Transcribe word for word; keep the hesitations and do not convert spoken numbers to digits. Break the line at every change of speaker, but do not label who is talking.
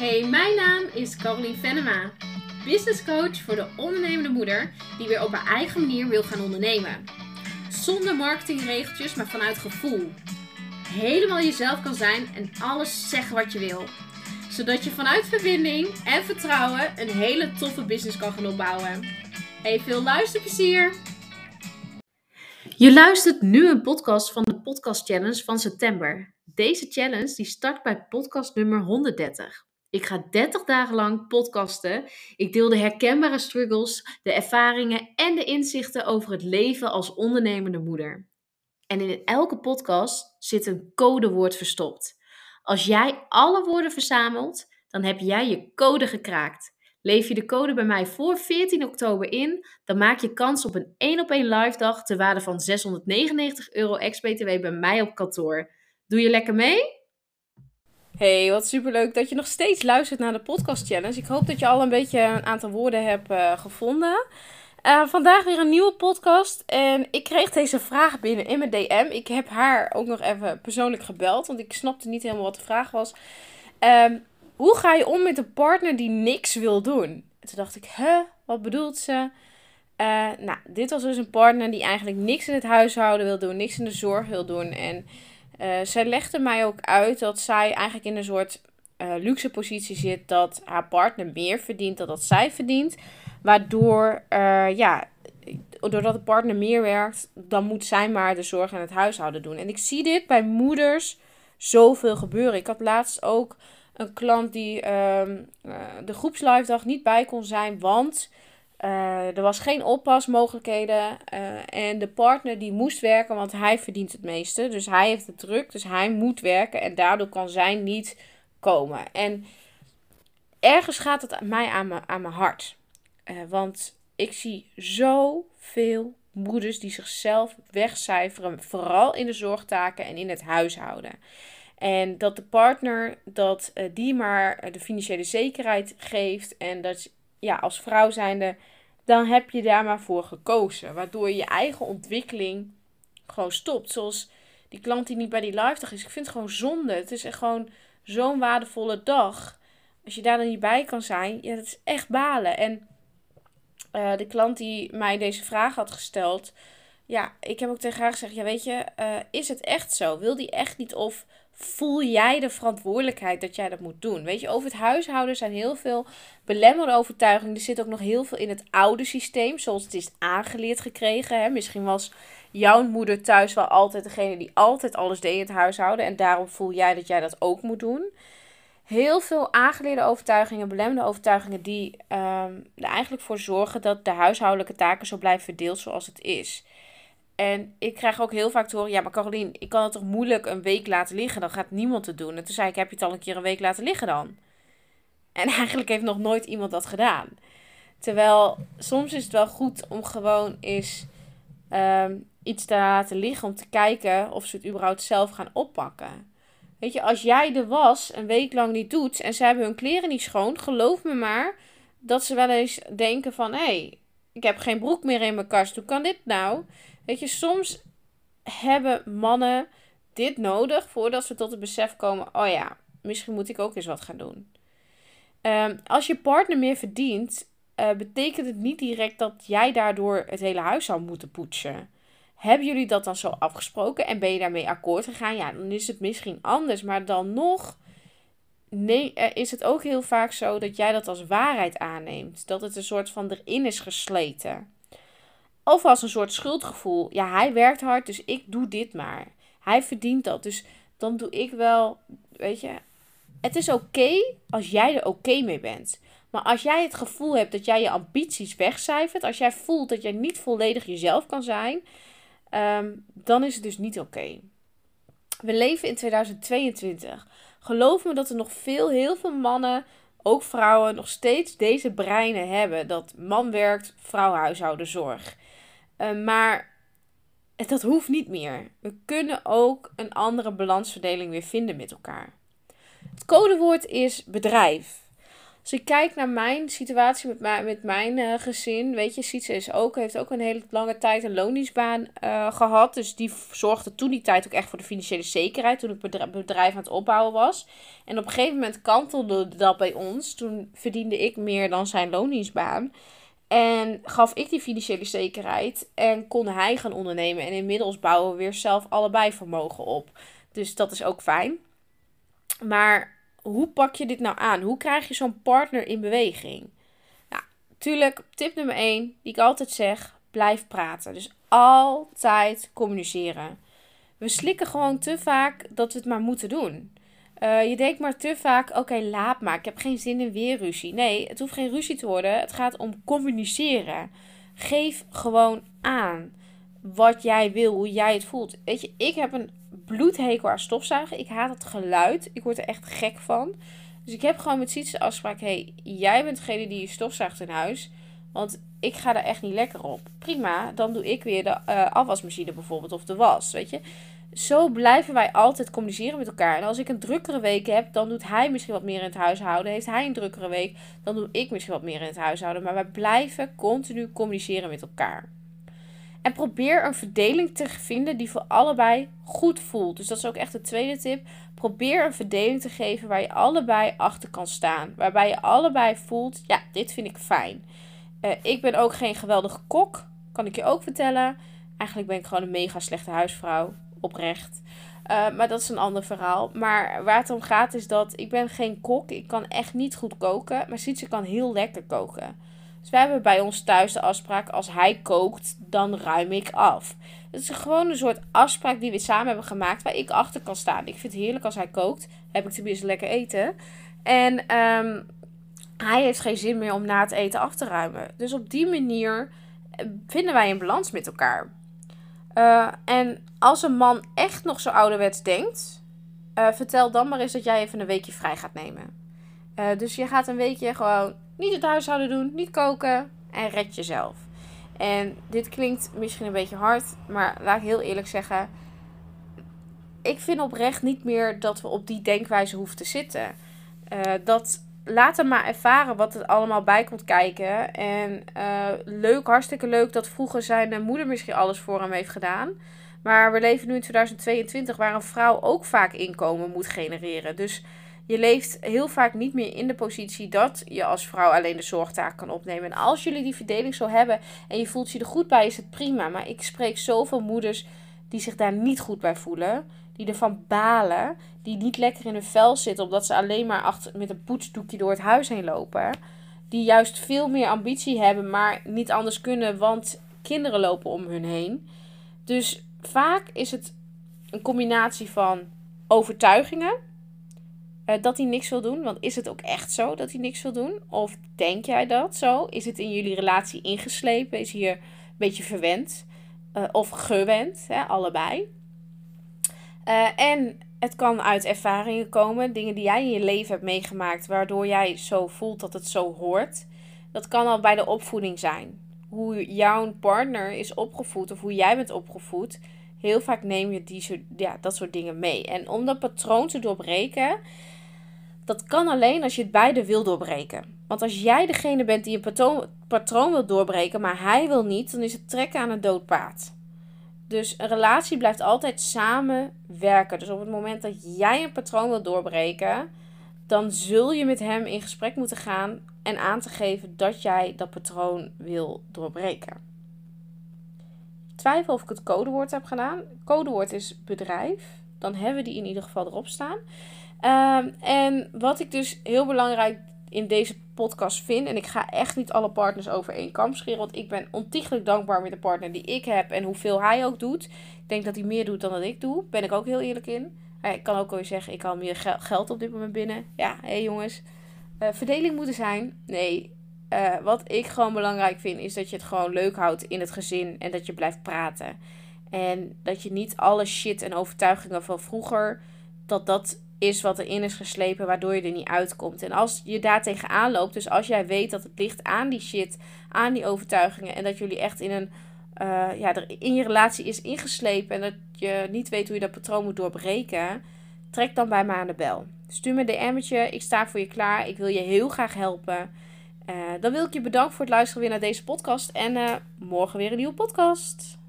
Hey, mijn naam is Caroline Venema, business coach voor de ondernemende moeder die weer op haar eigen manier wil gaan ondernemen. Zonder marketingregeltjes, maar vanuit gevoel. Helemaal jezelf kan zijn en alles zeggen wat je wil. Zodat je vanuit verbinding en vertrouwen een hele toffe business kan gaan opbouwen. Hey, veel luisterplezier! Je luistert nu een podcast van de Podcast Challenge van september. Deze challenge die start bij podcast nummer honderddertig. Ik ga dertig dagen lang podcasten. Ik deel de herkenbare struggles, de ervaringen en de inzichten over het leven als ondernemende moeder. En in elke podcast zit een codewoord verstopt. Als jij alle woorden verzamelt, dan heb jij je code gekraakt. Leef je de code bij mij voor veertien oktober in, dan maak je kans op een één op één live dag ter waarde van zeshonderdnegenennegentig euro ex-B T W bij mij op kantoor. Doe je lekker mee? Hey, wat superleuk dat je nog steeds luistert naar de podcast challenge. Ik hoop dat je al een beetje een aantal woorden hebt uh, gevonden. Uh, vandaag weer een nieuwe podcast en ik kreeg deze vraag binnen in mijn D M. Ik heb haar ook nog even persoonlijk gebeld, want ik snapte niet helemaal wat de vraag was. Um, hoe ga je om met een partner die niks wil doen? En toen dacht ik, huh, wat bedoelt ze? Uh, nou, dit was dus een partner die eigenlijk niks in het huishouden wil doen, niks in de zorg wil doen. En uh, zij legde mij ook uit dat zij eigenlijk in een soort uh, luxe positie zit, dat haar partner meer verdient dan dat zij verdient. Waardoor, uh, ja, doordat de partner meer werkt, dan moet zij maar de zorg en het huishouden doen. En ik zie dit bij moeders zoveel gebeuren. Ik had laatst ook een klant die uh, uh, de groepslive dag niet bij kon zijn, want uh, er was geen oppasmogelijkheden. Uh, en de partner die moest werken, want hij verdient het meeste. Dus hij heeft het druk, dus hij moet werken en daardoor kan zij niet komen. En ergens gaat het mij aan mijn, aan mijn hart. Uh, want ik zie zoveel moeders die zichzelf wegcijferen, vooral in de zorgtaken en in het huishouden. En dat de partner, dat uh, die maar de financiële zekerheid geeft. En dat, ja, als vrouw zijnde, dan heb je daar maar voor gekozen. Waardoor je je eigen ontwikkeling gewoon stopt. Zoals die klant die niet bij die live dag is. Ik vind het gewoon zonde. Het is echt gewoon zo'n waardevolle dag. Als je daar dan niet bij kan zijn, ja, dat is echt balen. En uh, de klant die mij deze vraag had gesteld, ja, ik heb ook tegen haar gezegd, ja, weet je, uh, is het echt zo? Wil die echt niet, of voel jij de verantwoordelijkheid dat jij dat moet doen? Weet je, over het huishouden zijn heel veel belemmerde overtuigingen. Er zit ook nog heel veel in het oude systeem, zoals het is aangeleerd gekregen. Hè? Misschien was jouw moeder thuis wel altijd degene die altijd alles deed in het huishouden. En daarom voel jij dat jij dat ook moet doen. Heel veel aangeleerde overtuigingen, belemmerde overtuigingen die um, er eigenlijk voor zorgen dat de huishoudelijke taken zo blijven verdeeld zoals het is. En ik krijg ook heel vaak te horen, ja, maar Caroline, ik kan het toch moeilijk een week laten liggen, dan gaat niemand het doen. En toen zei ik, heb je het al een keer een week laten liggen dan? En eigenlijk heeft nog nooit iemand dat gedaan. Terwijl, soms is het wel goed om gewoon eens um, iets te laten liggen, om te kijken of ze het überhaupt zelf gaan oppakken. Weet je, als jij de was een week lang niet doet en ze hebben hun kleren niet schoon, geloof me maar dat ze wel eens denken van, hé, hey, ik heb geen broek meer in mijn kast, hoe kan dit nou? Weet je, soms hebben mannen dit nodig voordat ze tot het besef komen, oh ja, misschien moet ik ook eens wat gaan doen. Um, als je partner meer verdient, uh, betekent het niet direct dat jij daardoor het hele huis zou moeten poetsen. Hebben jullie dat dan zo afgesproken en ben je daarmee akkoord gegaan? Ja, dan is het misschien anders. Maar dan nog nee, is het ook heel vaak zo dat jij dat als waarheid aanneemt. Dat het een soort van erin is gesleten. Of als een soort schuldgevoel. Ja, hij werkt hard, dus ik doe dit maar. Hij verdient dat, dus dan doe ik wel, weet je. Het is oké okay als jij er oké okay mee bent. Maar als jij het gevoel hebt dat jij je ambities wegcijfert, als jij voelt dat jij niet volledig jezelf kan zijn, Um, dan is het dus niet oké. Okay. We leven in tweeduizend tweeëntwintig. Geloof me dat er nog veel, heel veel mannen, ook vrouwen, nog steeds deze breinen hebben. Dat man werkt, vrouw huishouden, zorg. Uh, maar dat hoeft niet meer. We kunnen ook een andere balansverdeling weer vinden met elkaar. Het codewoord is bedrijf. Als ik kijk naar mijn situatie met mijn, met mijn uh, gezin, weet je, Sietse is ook, heeft ook een hele lange tijd een loondienstbaan uh, gehad. Dus die zorgde toen die tijd ook echt voor de financiële zekerheid, toen ik bedrijf, bedrijf aan het opbouwen was. En op een gegeven moment kantelde dat bij ons. Toen verdiende ik meer dan zijn loondienstbaan. En gaf ik die financiële zekerheid en kon hij gaan ondernemen. En inmiddels bouwen we weer zelf allebei vermogen op. Dus dat is ook fijn. Maar hoe pak je dit nou aan? Hoe krijg je zo'n partner in beweging? Nou, natuurlijk, tip nummer één, die ik altijd zeg, blijf praten. Dus altijd communiceren. We slikken gewoon te vaak dat we het maar moeten doen. Uh, je denkt maar te vaak, oké, okay, laat maar. Ik heb geen zin in weer ruzie. Nee, het hoeft geen ruzie te worden. Het gaat om communiceren. Geef gewoon aan wat jij wil, hoe jij het voelt. Weet je, ik heb een bloedhekel aan stofzuigen. Ik haat het geluid. Ik word er echt gek van. Dus ik heb gewoon met Sietse de afspraak, hey, jij bent degene die je stofzuigt in huis. Want ik ga er echt niet lekker op. Prima, dan doe ik weer de uh, afwasmachine bijvoorbeeld of de was, weet je. Zo blijven wij altijd communiceren met elkaar. En als ik een drukkere week heb, dan doet hij misschien wat meer in het huishouden. Heeft hij een drukkere week, dan doe ik misschien wat meer in het huishouden. Maar wij blijven continu communiceren met elkaar. En probeer een verdeling te vinden die voor allebei goed voelt. Dus dat is ook echt de tweede tip. Probeer een verdeling te geven waar je allebei achter kan staan. Waarbij je allebei voelt, ja, dit vind ik fijn. Uh, ik ben ook geen geweldige kok, kan ik je ook vertellen. Eigenlijk ben ik gewoon een mega slechte huisvrouw. Oprecht. Uh, maar dat is een ander verhaal. Maar waar het om gaat is dat ik ben geen kok. Ik kan echt niet goed koken. Maar Sietse kan heel lekker koken. Dus wij hebben bij ons thuis de afspraak. Als hij kookt, dan ruim ik af. Het is gewoon een soort afspraak die we samen hebben gemaakt. Waar ik achter kan staan. Ik vind het heerlijk als hij kookt. Heb ik tenminste lekker eten. En um, hij heeft geen zin meer om na het eten af te ruimen. Dus op die manier vinden wij een balans met elkaar. Uh, en als een man echt nog zo ouderwets denkt, uh, vertel dan maar eens dat jij even een weekje vrij gaat nemen. Uh, dus je gaat een weekje gewoon niet het huishouden doen, niet koken en red jezelf. En dit klinkt misschien een beetje hard, maar laat ik heel eerlijk zeggen, ik vind oprecht niet meer dat we op die denkwijze hoeven te zitten. Uh, dat... Laat hem maar ervaren wat er allemaal bij komt kijken. En uh, leuk, hartstikke leuk dat vroeger zijn moeder misschien alles voor hem heeft gedaan. Maar we leven nu in tweeduizend tweeëntwintig waar een vrouw ook vaak inkomen moet genereren. Dus je leeft heel vaak niet meer in de positie dat je als vrouw alleen de zorgtaak kan opnemen. En als jullie die verdeling zo hebben en je voelt je er goed bij, is het prima. Maar ik spreek zoveel moeders die zich daar niet goed bij voelen. Die ervan balen. Die niet lekker in hun vel zitten. Omdat ze alleen maar achter, met een poetsdoekje door het huis heen lopen. Die juist veel meer ambitie hebben. Maar niet anders kunnen. Want kinderen lopen om hun heen. Dus vaak is het een combinatie van overtuigingen. Uh, dat hij niks wil doen. Want is het ook echt zo dat hij niks wil doen? Of denk jij dat zo? Is het in jullie relatie ingeslepen? Is hier een beetje verwend? Uh, of gewend? Hè? Allebei. Uh, en het kan uit ervaringen komen, dingen die jij in je leven hebt meegemaakt, waardoor jij zo voelt dat het zo hoort. Dat kan al bij de opvoeding zijn. Hoe jouw partner is opgevoed of hoe jij bent opgevoed, heel vaak neem je die soort, ja, dat soort dingen mee. En om dat patroon te doorbreken, dat kan alleen als je het beide wil doorbreken. Want als jij degene bent die een patroon, patroon wil doorbreken, maar hij wil niet, dan is het trekken aan een dood paard. Dus een relatie blijft altijd samen werken. Dus op het moment dat jij een patroon wil doorbreken, dan zul je met hem in gesprek moeten gaan en aan te geven dat jij dat patroon wil doorbreken. Ik twijfel of ik het codewoord heb gedaan. Codewoord is bedrijf. Dan hebben we die in ieder geval erop staan. Um, en wat ik dus heel belangrijk in deze podcast vind, en ik ga echt niet alle partners over één kam scheren, want ik ben ontiegelijk dankbaar met de partner die ik heb en hoeveel hij ook doet. Ik denk dat hij meer doet dan dat ik doe, ben ik ook heel eerlijk in. Ik kan ook wel zeggen, ik haal meer geld op dit moment binnen. Ja, hé hey jongens, uh, verdeling moet er zijn. Nee, uh, wat ik gewoon belangrijk vind, is dat je het gewoon leuk houdt in het gezin en dat je blijft praten. En dat je niet alle shit en overtuigingen van vroeger, dat dat is wat erin is geslepen, waardoor je er niet uitkomt. En als je daar tegenaan loopt, dus als jij weet dat het ligt aan die shit, aan die overtuigingen, en dat jullie echt in een, uh, ja, er in je relatie is ingeslepen en dat je niet weet hoe je dat patroon moet doorbreken, trek dan bij mij aan de bel. Stuur me een D M'tje. Ik sta voor je klaar. Ik wil je heel graag helpen. Uh, dan wil ik je bedanken voor het luisteren weer naar deze podcast. En uh, morgen weer een nieuwe podcast.